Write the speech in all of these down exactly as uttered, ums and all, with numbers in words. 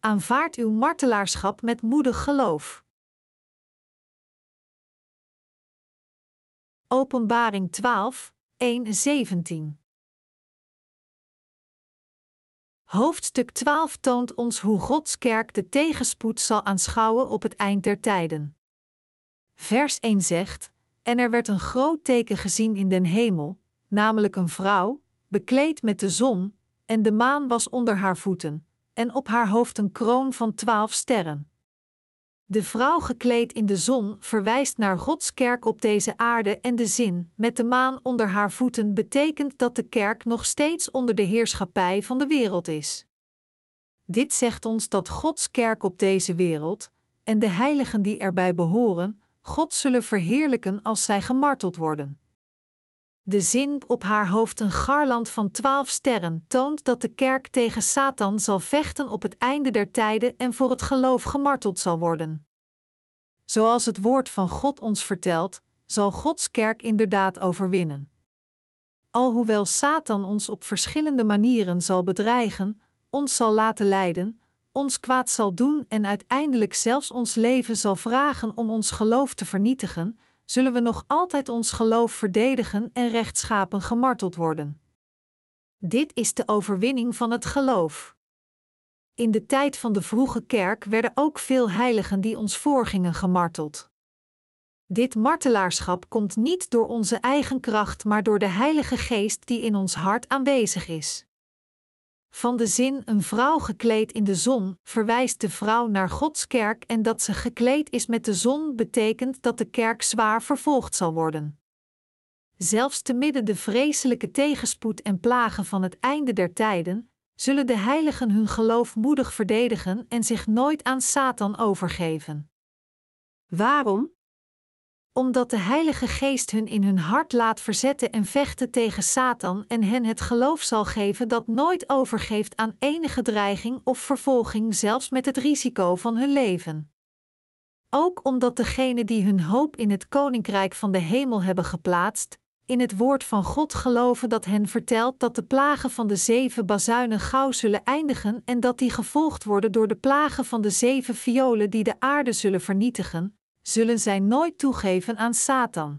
aanvaard uw martelaarschap met moedig geloof. Openbaring twaalf, één zeventien. Hoofdstuk twaalf toont ons hoe Gods kerk de tegenspoed zal aanschouwen op het eind der tijden. Vers één zegt: En er werd een groot teken gezien in den hemel, namelijk een vrouw, bekleed met de zon, en de maan was onder haar voeten, en op haar hoofd een kroon van twaalf sterren. De vrouw gekleed in de zon verwijst naar Gods kerk op deze aarde en de zin, met de maan onder haar voeten, betekent dat de kerk nog steeds onder de heerschappij van de wereld is. Dit zegt ons dat Gods kerk op deze wereld, en de heiligen die erbij behoren, God zullen verheerlijken als zij gemarteld worden. De zin op haar hoofd een garland van twaalf sterren toont dat de kerk tegen Satan zal vechten op het einde der tijden en voor het geloof gemarteld zal worden. Zoals het woord van God ons vertelt, zal Gods kerk inderdaad overwinnen. Alhoewel Satan ons op verschillende manieren zal bedreigen, ons zal laten lijden, ons kwaad zal doen en uiteindelijk zelfs ons leven zal vragen om ons geloof te vernietigen, zullen we nog altijd ons geloof verdedigen en rechtschapen gemarteld worden. Dit is de overwinning van het geloof. In de tijd van de vroege kerk werden ook veel heiligen die ons voorgingen gemarteld. Dit martelaarschap komt niet door onze eigen kracht, maar door de Heilige Geest die in ons hart aanwezig is. Van de zin een vrouw gekleed in de zon verwijst de vrouw naar Gods kerk en dat ze gekleed is met de zon betekent dat de kerk zwaar vervolgd zal worden. Zelfs te midden de vreselijke tegenspoed en plagen van het einde der tijden, zullen de heiligen hun geloof moedig verdedigen en zich nooit aan Satan overgeven. Waarom? Omdat de Heilige Geest hun in hun hart laat verzetten en vechten tegen Satan en hen het geloof zal geven dat nooit overgeeft aan enige dreiging of vervolging, zelfs met het risico van hun leven. Ook omdat degenen die hun hoop in het Koninkrijk van de Hemel hebben geplaatst, in het woord van God geloven dat hen vertelt dat de plagen van de zeven bazuinen gauw zullen eindigen en dat die gevolgd worden door de plagen van de zeven violen die de aarde zullen vernietigen, zullen zij nooit toegeven aan Satan.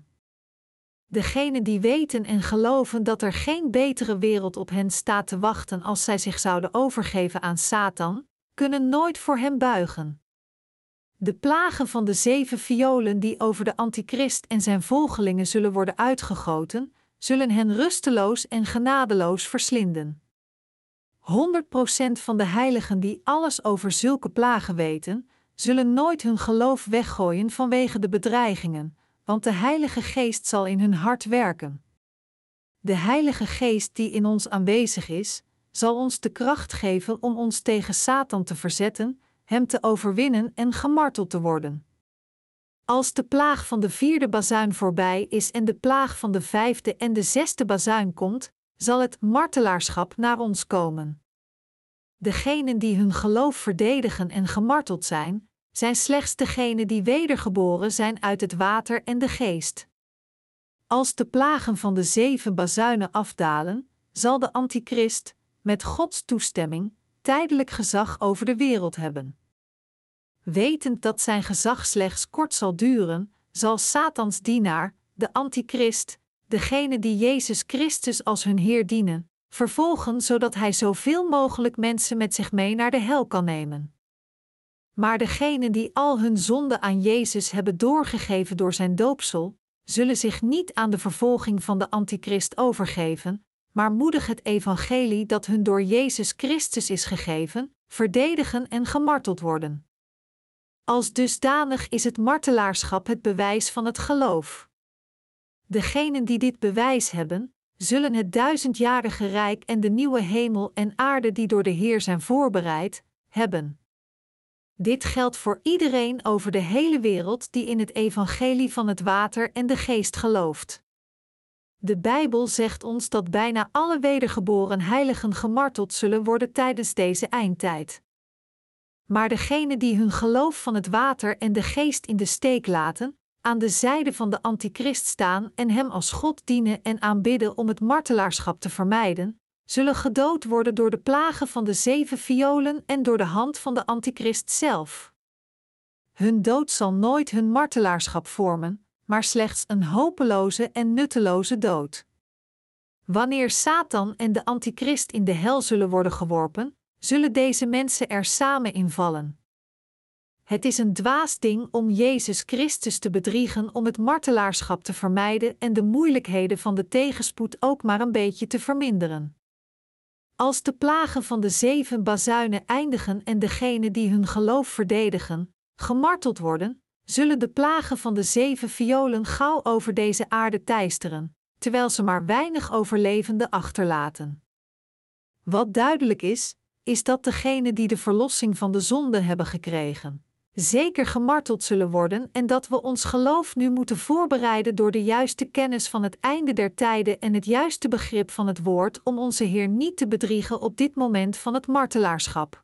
Degenen die weten en geloven dat er geen betere wereld op hen staat te wachten als zij zich zouden overgeven aan Satan, kunnen nooit voor hem buigen. De plagen van de zeven violen die over de antichrist en zijn volgelingen zullen worden uitgegoten, zullen hen rusteloos en genadeloos verslinden. honderd procent van de heiligen die alles over zulke plagen weten, zullen nooit hun geloof weggooien vanwege de bedreigingen, want de Heilige Geest zal in hun hart werken. De Heilige Geest die in ons aanwezig is, zal ons de kracht geven om ons tegen Satan te verzetten, hem te overwinnen en gemarteld te worden. Als de plaag van de vierde bazuin voorbij is en de plaag van de vijfde en de zesde bazuin komt, zal het martelaarschap naar ons komen. Degenen die hun geloof verdedigen en gemarteld zijn, zijn slechts degenen die wedergeboren zijn uit het water en de geest. Als de plagen van de zeven bazuinen afdalen, zal de antichrist, met Gods toestemming, tijdelijk gezag over de wereld hebben. Wetend dat zijn gezag slechts kort zal duren, zal Satans dienaar, de antichrist, degene die Jezus Christus als hun Heer dienen, vervolgen zodat hij zoveel mogelijk mensen met zich mee naar de hel kan nemen. Maar degenen die al hun zonden aan Jezus hebben doorgegeven door zijn doopsel, zullen zich niet aan de vervolging van de antichrist overgeven, maar moedig het evangelie dat hun door Jezus Christus is gegeven, verdedigen en gemarteld worden. Als dusdanig is het martelaarschap het bewijs van het geloof. Degenen die dit bewijs hebben, zullen het duizendjarige rijk en de nieuwe hemel en aarde die door de Heer zijn voorbereid, hebben. Dit geldt voor iedereen over de hele wereld die in het evangelie van het water en de geest gelooft. De Bijbel zegt ons dat bijna alle wedergeboren heiligen gemarteld zullen worden tijdens deze eindtijd. Maar degenen die hun geloof van het water en de geest in de steek laten, aan de zijde van de antichrist staan en hem als God dienen en aanbidden om het martelaarschap te vermijden, zullen gedood worden door de plagen van de zeven violen en door de hand van de antichrist zelf. Hun dood zal nooit hun martelaarschap vormen, maar slechts een hopeloze en nutteloze dood. Wanneer Satan en de antichrist in de hel zullen worden geworpen, zullen deze mensen er samen in vallen. Het is een dwaas ding om Jezus Christus te bedriegen om het martelaarschap te vermijden en de moeilijkheden van de tegenspoed ook maar een beetje te verminderen. Als de plagen van de zeven bazuinen eindigen en degenen die hun geloof verdedigen, gemarteld worden, zullen de plagen van de zeven violen gauw over deze aarde teisteren, terwijl ze maar weinig overlevenden achterlaten. Wat duidelijk is, is dat degenen die de verlossing van de zonde hebben gekregen, zeker gemarteld zullen worden en dat we ons geloof nu moeten voorbereiden door de juiste kennis van het einde der tijden en het juiste begrip van het woord om onze Heer niet te bedriegen op dit moment van het martelaarschap.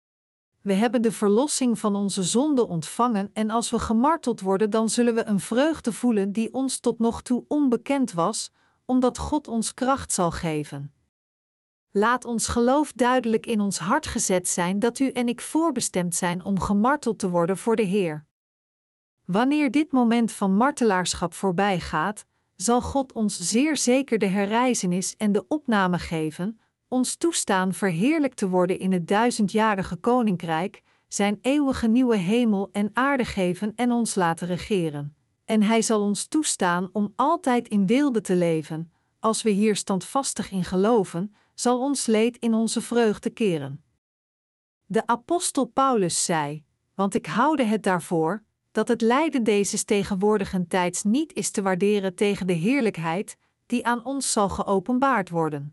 We hebben de verlossing van onze zonde ontvangen en als we gemarteld worden dan zullen we een vreugde voelen die ons tot nog toe onbekend was, omdat God ons kracht zal geven. Laat ons geloof duidelijk in ons hart gezet zijn dat u en ik voorbestemd zijn om gemarteld te worden voor de Heer. Wanneer dit moment van martelaarschap voorbij gaat, zal God ons zeer zeker de herrijzenis en de opname geven, ons toestaan verheerlijkt te worden in het duizendjarige koninkrijk, zijn eeuwige nieuwe hemel en aarde geven en ons laten regeren. En hij zal ons toestaan om altijd in weelde te leven, als we hier standvastig in geloven, zal ons leed in onze vreugde keren. De apostel Paulus zei, want ik houde het daarvoor, dat het lijden deze tegenwoordigen tijds niet is te waarderen tegen de heerlijkheid, die aan ons zal geopenbaard worden.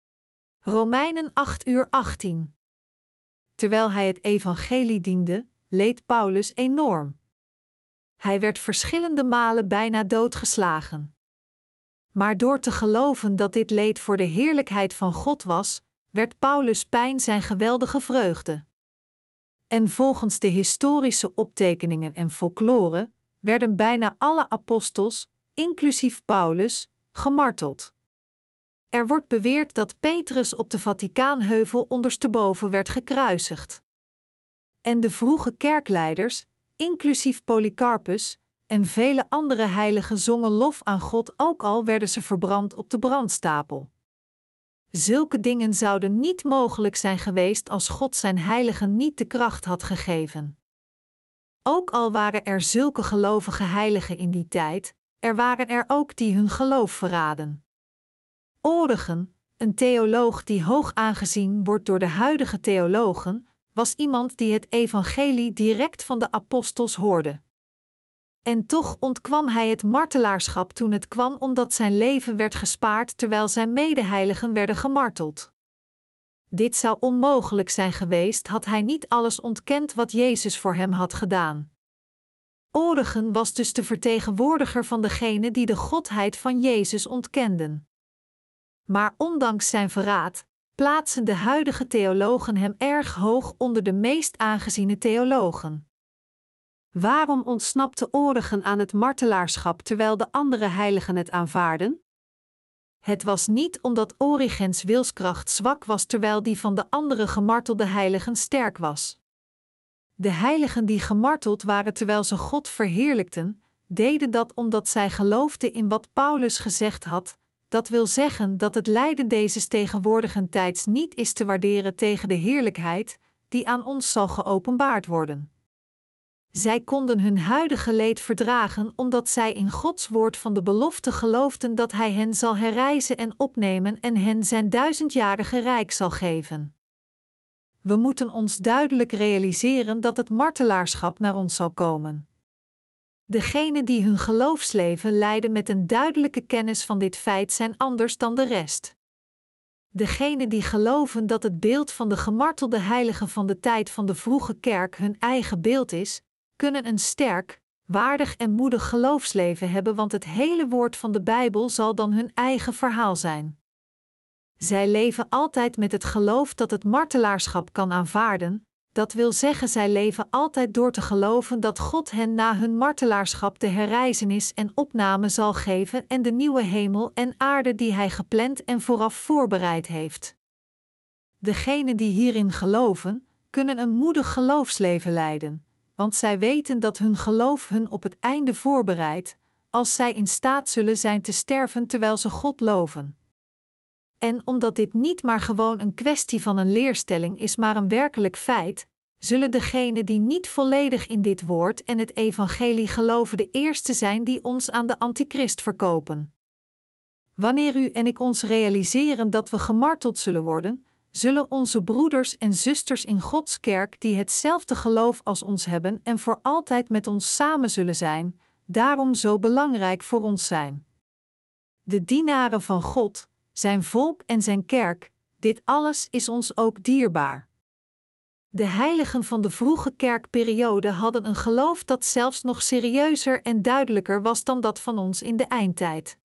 Romeinen acht uur achttien. Terwijl hij het evangelie diende, leed Paulus enorm. Hij werd verschillende malen bijna doodgeslagen. Maar door te geloven dat dit leed voor de heerlijkheid van God was, werd Paulus' pijn zijn geweldige vreugde. En volgens de historische optekeningen en folklore werden bijna alle apostels, inclusief Paulus, gemarteld. Er wordt beweerd dat Petrus op de Vaticaanheuvel ondersteboven werd gekruisigd. En de vroege kerkleiders, inclusief Polycarpus, en vele andere heiligen zongen lof aan God ook al werden ze verbrand op de brandstapel. Zulke dingen zouden niet mogelijk zijn geweest als God zijn heiligen niet de kracht had gegeven. Ook al waren er zulke gelovige heiligen in die tijd, er waren er ook die hun geloof verraden. Origen, een theoloog die hoog aangezien wordt door de huidige theologen, was iemand die het evangelie direct van de apostels hoorde. En toch ontkwam hij het martelaarschap toen het kwam omdat zijn leven werd gespaard terwijl zijn medeheiligen werden gemarteld. Dit zou onmogelijk zijn geweest had hij niet alles ontkend wat Jezus voor hem had gedaan. Origen was dus de vertegenwoordiger van degenen die de godheid van Jezus ontkenden. Maar ondanks zijn verraad, plaatsen de huidige theologen hem erg hoog onder de meest aangeziene theologen. Waarom ontsnapte Origen aan het martelaarschap terwijl de andere heiligen het aanvaarden? Het was niet omdat Origens wilskracht zwak was terwijl die van de andere gemartelde heiligen sterk was. De heiligen die gemarteld waren terwijl ze God verheerlijkten, deden dat omdat zij geloofden in wat Paulus gezegd had, dat wil zeggen dat het lijden deze tegenwoordigen tijds niet is te waarderen tegen de heerlijkheid, die aan ons zal geopenbaard worden. Zij konden hun huidige leed verdragen omdat zij in Gods woord van de belofte geloofden dat Hij hen zal herrijzen en opnemen en hen zijn duizendjarige rijk zal geven. We moeten ons duidelijk realiseren dat het martelaarschap naar ons zal komen. Degenen die hun geloofsleven leiden met een duidelijke kennis van dit feit zijn anders dan de rest. Degenen die geloven dat het beeld van de gemartelde heiligen van de tijd van de vroege kerk hun eigen beeld is, kunnen een sterk, waardig en moedig geloofsleven hebben, want het hele woord van de Bijbel zal dan hun eigen verhaal zijn. Zij leven altijd met het geloof dat het martelaarschap kan aanvaarden, dat wil zeggen zij leven altijd door te geloven dat God hen na hun martelaarschap de herrijzenis en opname zal geven en de nieuwe hemel en aarde die Hij gepland en vooraf voorbereid heeft. Degenen die hierin geloven, kunnen een moedig geloofsleven leiden, want zij weten dat hun geloof hun op het einde voorbereidt, als zij in staat zullen zijn te sterven terwijl ze God loven. En omdat dit niet maar gewoon een kwestie van een leerstelling is, maar een werkelijk feit, zullen degenen die niet volledig in dit woord en het evangelie geloven de eerste zijn die ons aan de antichrist verkopen. Wanneer u en ik ons realiseren dat we gemarteld zullen worden, zullen onze broeders en zusters in Gods kerk die hetzelfde geloof als ons hebben en voor altijd met ons samen zullen zijn, daarom zo belangrijk voor ons zijn. De dienaren van God, zijn volk en zijn kerk, dit alles is ons ook dierbaar. De heiligen van de vroege kerkperiode hadden een geloof dat zelfs nog serieuzer en duidelijker was dan dat van ons in de eindtijd.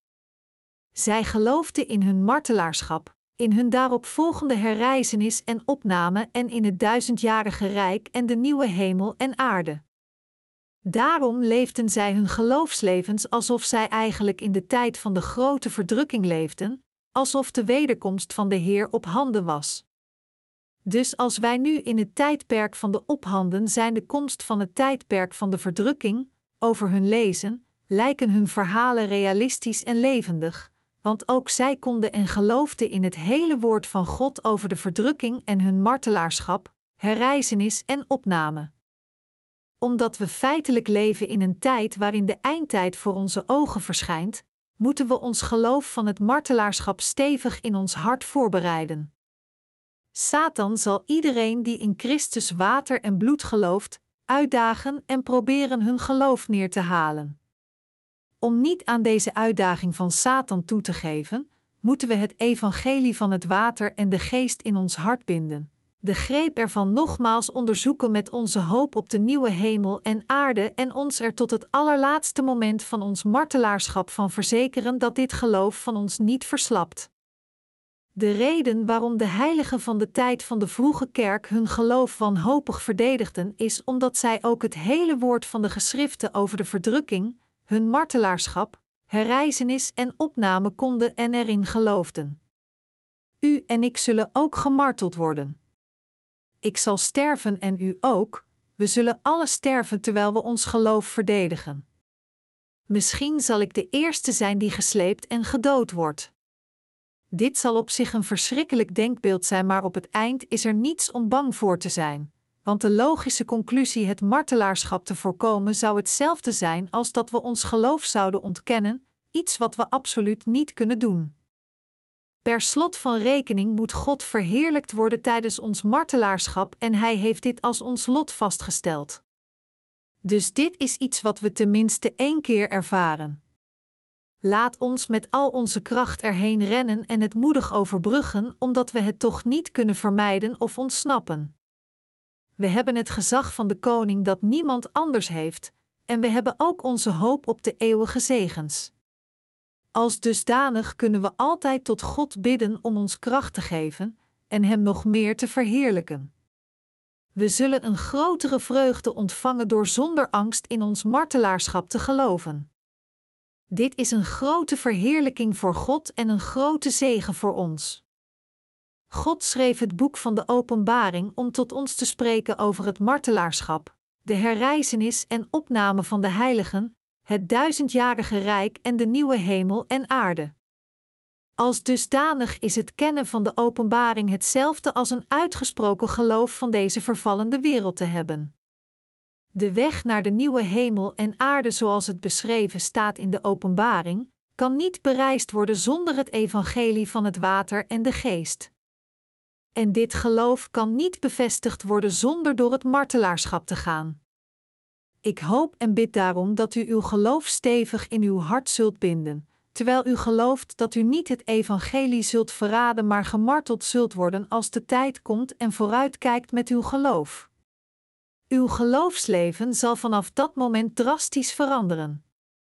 Zij geloofden in hun martelaarschap, in hun daaropvolgende herrijzenis en opname en in het duizendjarige rijk en de nieuwe hemel en aarde. Daarom leefden zij hun geloofslevens alsof zij eigenlijk in de tijd van de grote verdrukking leefden, alsof de wederkomst van de Heer op handen was. Dus als wij nu in het tijdperk van de ophanden zijn de komst van het tijdperk van de verdrukking, over hun lezen, lijken hun verhalen realistisch en levendig, want ook zij konden en geloofden in het hele woord van God over de verdrukking en hun martelaarschap, herrijzenis en opname. Omdat we feitelijk leven in een tijd waarin de eindtijd voor onze ogen verschijnt, moeten we ons geloof van het martelaarschap stevig in ons hart voorbereiden. Satan zal iedereen die in Christus water en bloed gelooft, uitdagen en proberen hun geloof neer te halen. Om niet aan deze uitdaging van Satan toe te geven, moeten we het evangelie van het water en de geest in ons hart binden, de greep ervan nogmaals onderzoeken met onze hoop op de nieuwe hemel en aarde en ons er tot het allerlaatste moment van ons martelaarschap van verzekeren dat dit geloof van ons niet verslapt. De reden waarom de heiligen van de tijd van de vroege kerk hun geloof wanhopig verdedigden is omdat zij ook het hele woord van de geschriften over de verdrukking, hun martelaarschap, herrijzenis en opname konden en erin geloofden. U en ik zullen ook gemarteld worden. Ik zal sterven en u ook, we zullen alle sterven terwijl we ons geloof verdedigen. Misschien zal ik de eerste zijn die gesleept en gedood wordt. Dit zal op zich een verschrikkelijk denkbeeld zijn, maar op het eind is er niets om bang voor te zijn, want de logische conclusie het martelaarschap te voorkomen zou hetzelfde zijn als dat we ons geloof zouden ontkennen, iets wat we absoluut niet kunnen doen. Per slot van rekening moet God verheerlijkt worden tijdens ons martelaarschap en Hij heeft dit als ons lot vastgesteld. Dus dit is iets wat we tenminste één keer ervaren. Laat ons met al onze kracht erheen rennen en het moedig overbruggen, omdat we het toch niet kunnen vermijden of ontsnappen. We hebben het gezag van de koning dat niemand anders heeft, en we hebben ook onze hoop op de eeuwige zegens. Als dusdanig kunnen we altijd tot God bidden om ons kracht te geven en Hem nog meer te verheerlijken. We zullen een grotere vreugde ontvangen door zonder angst in ons martelaarschap te geloven. Dit is een grote verheerlijking voor God en een grote zegen voor ons. God schreef het boek van de Openbaring om tot ons te spreken over het martelaarschap, de herrijzenis en opname van de heiligen, het duizendjarige rijk en de nieuwe hemel en aarde. Als dusdanig is het kennen van de Openbaring hetzelfde als een uitgesproken geloof van deze vervallende wereld te hebben. De weg naar de nieuwe hemel en aarde zoals het beschreven staat in de Openbaring, kan niet bereisd worden zonder het evangelie van het water en de geest. En dit geloof kan niet bevestigd worden zonder door het martelaarschap te gaan. Ik hoop en bid daarom dat u uw geloof stevig in uw hart zult binden, terwijl u gelooft dat u niet het evangelie zult verraden maar gemarteld zult worden als de tijd komt en vooruitkijkt met uw geloof. Uw geloofsleven zal vanaf dat moment drastisch veranderen.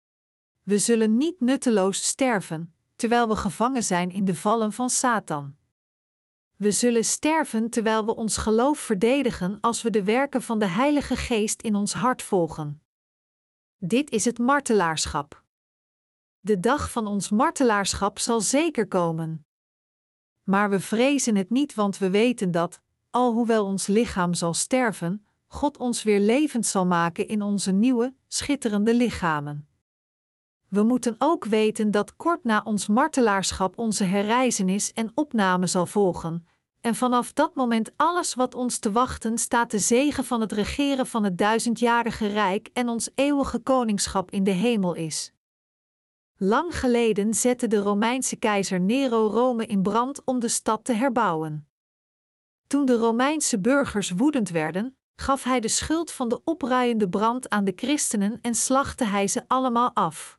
We zullen niet nutteloos sterven, terwijl we gevangen zijn in de vallen van Satan. We zullen sterven terwijl we ons geloof verdedigen als we de werken van de Heilige Geest in ons hart volgen. Dit is het martelaarschap. De dag van ons martelaarschap zal zeker komen. Maar we vrezen het niet, want we weten dat, alhoewel ons lichaam zal sterven, God ons weer levend zal maken in onze nieuwe, schitterende lichamen. We moeten ook weten dat kort na ons martelaarschap onze herrijzenis en opname zal volgen, en vanaf dat moment alles wat ons te wachten staat de zegen van het regeren van het duizendjarige rijk en ons eeuwige koningschap in de hemel is. Lang geleden zette de Romeinse keizer Nero Rome in brand om de stad te herbouwen. Toen de Romeinse burgers woedend werden, gaf hij de schuld van de opruiende brand aan de christenen en slachtte hij ze allemaal af.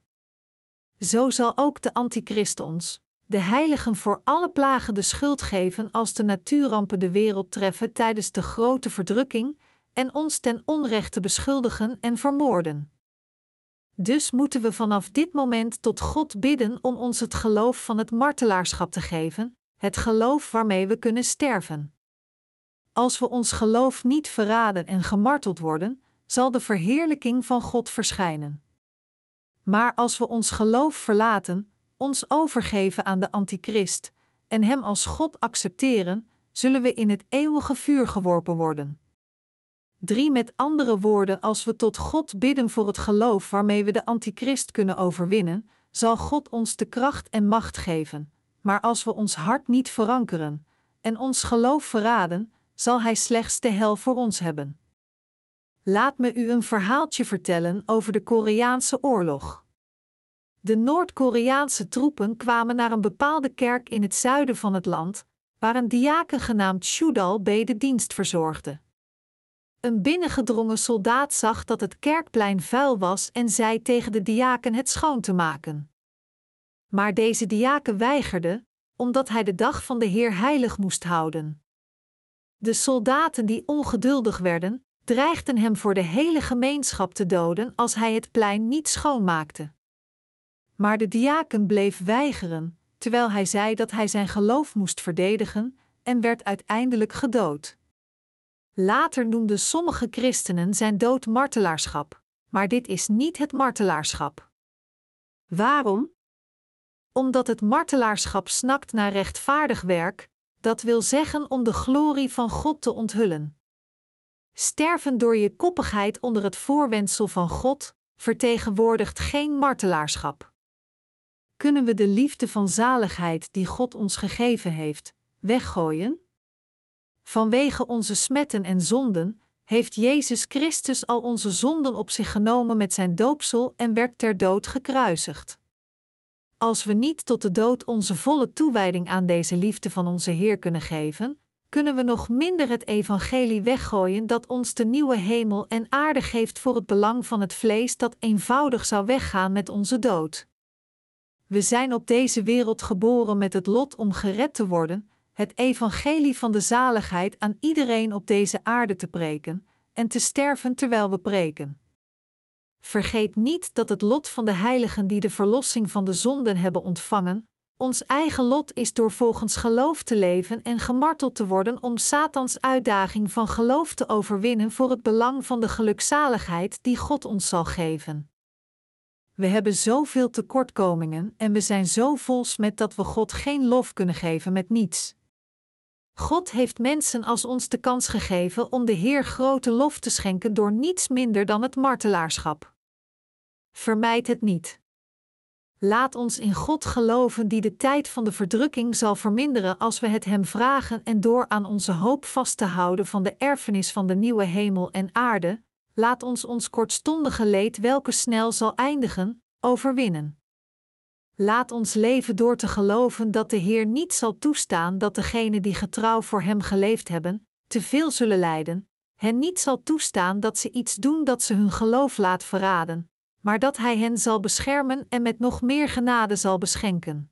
Zo zal ook de antichrist ons, de heiligen, voor alle plagen de schuld geven als de natuurrampen de wereld treffen tijdens de grote verdrukking en ons ten onrechte beschuldigen en vermoorden. Dus moeten we vanaf dit moment tot God bidden om ons het geloof van het martelaarschap te geven, het geloof waarmee we kunnen sterven. Als we ons geloof niet verraden en gemarteld worden, zal de verheerlijking van God verschijnen. Maar als we ons geloof verlaten, ons overgeven aan de antichrist en hem als God accepteren, zullen we in het eeuwige vuur geworpen worden. Drie met andere woorden, als we tot God bidden voor het geloof waarmee we de antichrist kunnen overwinnen, zal God ons de kracht en macht geven. Maar als we ons hart niet verankeren en ons geloof verraden, zal hij slechts de hel voor ons hebben. Laat me u een verhaaltje vertellen over de Koreaanse oorlog. De Noord-Koreaanse troepen kwamen naar een bepaalde kerk in het zuiden van het land, waar een diaken genaamd Shudal B de dienst verzorgde. Een binnengedrongen soldaat zag dat het kerkplein vuil was en zei tegen de diaken het schoon te maken. Maar deze diaken weigerde, omdat hij de dag van de Heer heilig moest houden. De soldaten die ongeduldig werden, dreigden hem voor de hele gemeenschap te doden als hij het plein niet schoonmaakte. Maar de diaken bleef weigeren, terwijl hij zei dat hij zijn geloof moest verdedigen, en werd uiteindelijk gedood. Later noemden sommige christenen zijn dood martelaarschap, maar dit is niet het martelaarschap. Waarom? Omdat het martelaarschap snakt naar rechtvaardig werk, dat wil zeggen om de glorie van God te onthullen. Sterven door je koppigheid onder het voorwendsel van God vertegenwoordigt geen martelaarschap. Kunnen we de liefde van zaligheid die God ons gegeven heeft, weggooien? Vanwege onze smetten en zonden heeft Jezus Christus al onze zonden op zich genomen met zijn doopsel en werd ter dood gekruisigd. Als we niet tot de dood onze volle toewijding aan deze liefde van onze Heer kunnen geven, kunnen we nog minder het evangelie weggooien dat ons de nieuwe hemel en aarde geeft voor het belang van het vlees dat eenvoudig zou weggaan met onze dood. We zijn op deze wereld geboren met het lot om gered te worden, het evangelie van de zaligheid aan iedereen op deze aarde te preken en te sterven terwijl we preken. Vergeet niet dat het lot van de heiligen die de verlossing van de zonden hebben ontvangen, ons eigen lot is door volgens geloof te leven en gemarteld te worden om Satans uitdaging van geloof te overwinnen voor het belang van de gelukzaligheid die God ons zal geven. We hebben zoveel tekortkomingen en we zijn zo vol smet dat we God geen lof kunnen geven met niets. God heeft mensen als ons de kans gegeven om de Heer grote lof te schenken door niets minder dan het martelaarschap. Vermijd het niet. Laat ons in God geloven die de tijd van de verdrukking zal verminderen als we het Hem vragen en door aan onze hoop vast te houden van de erfenis van de nieuwe hemel en aarde, laat ons ons kortstondige leed, welke snel zal eindigen, overwinnen. Laat ons leven door te geloven dat de Heer niet zal toestaan dat degenen die getrouw voor Hem geleefd hebben, te veel zullen lijden, hen niet zal toestaan dat ze iets doen dat ze hun geloof laat verraden, maar dat Hij hen zal beschermen en met nog meer genade zal beschenken.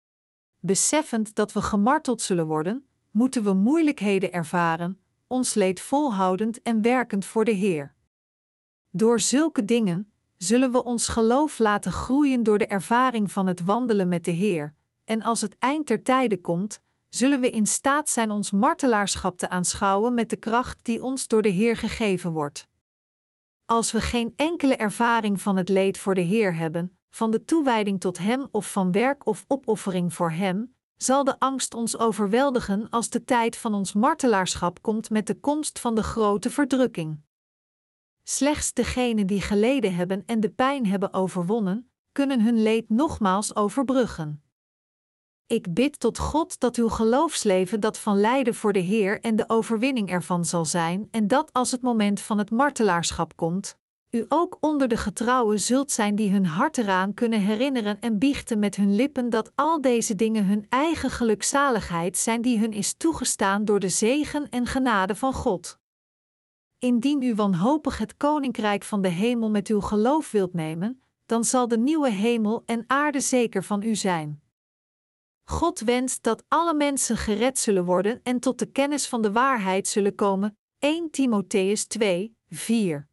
Beseffend dat we gemarteld zullen worden, moeten we moeilijkheden ervaren, ons leed volhoudend en werkend voor de Heer. Door zulke dingen zullen we ons geloof laten groeien door de ervaring van het wandelen met de Heer, en als het eind der tijden komt, zullen we in staat zijn ons martelaarschap te aanschouwen met de kracht die ons door de Heer gegeven wordt. Als we geen enkele ervaring van het leed voor de Heer hebben, van de toewijding tot Hem of van werk of opoffering voor Hem, zal de angst ons overweldigen als de tijd van ons martelaarschap komt met de komst van de grote verdrukking. Slechts degenen die geleden hebben en de pijn hebben overwonnen, kunnen hun leed nogmaals overbruggen. Ik bid tot God dat uw geloofsleven dat van lijden voor de Heer en de overwinning ervan zal zijn, en dat als het moment van het martelaarschap komt, u ook onder de getrouwen zult zijn die hun hart eraan kunnen herinneren en biechten met hun lippen dat al deze dingen hun eigen gelukzaligheid zijn die hun is toegestaan door de zegen en genade van God. Indien u wanhopig het koninkrijk van de hemel met uw geloof wilt nemen, dan zal de nieuwe hemel en aarde zeker van u zijn. God wenst dat alle mensen gered zullen worden en tot de kennis van de waarheid zullen komen. Eerste Timotheüs twee, vier.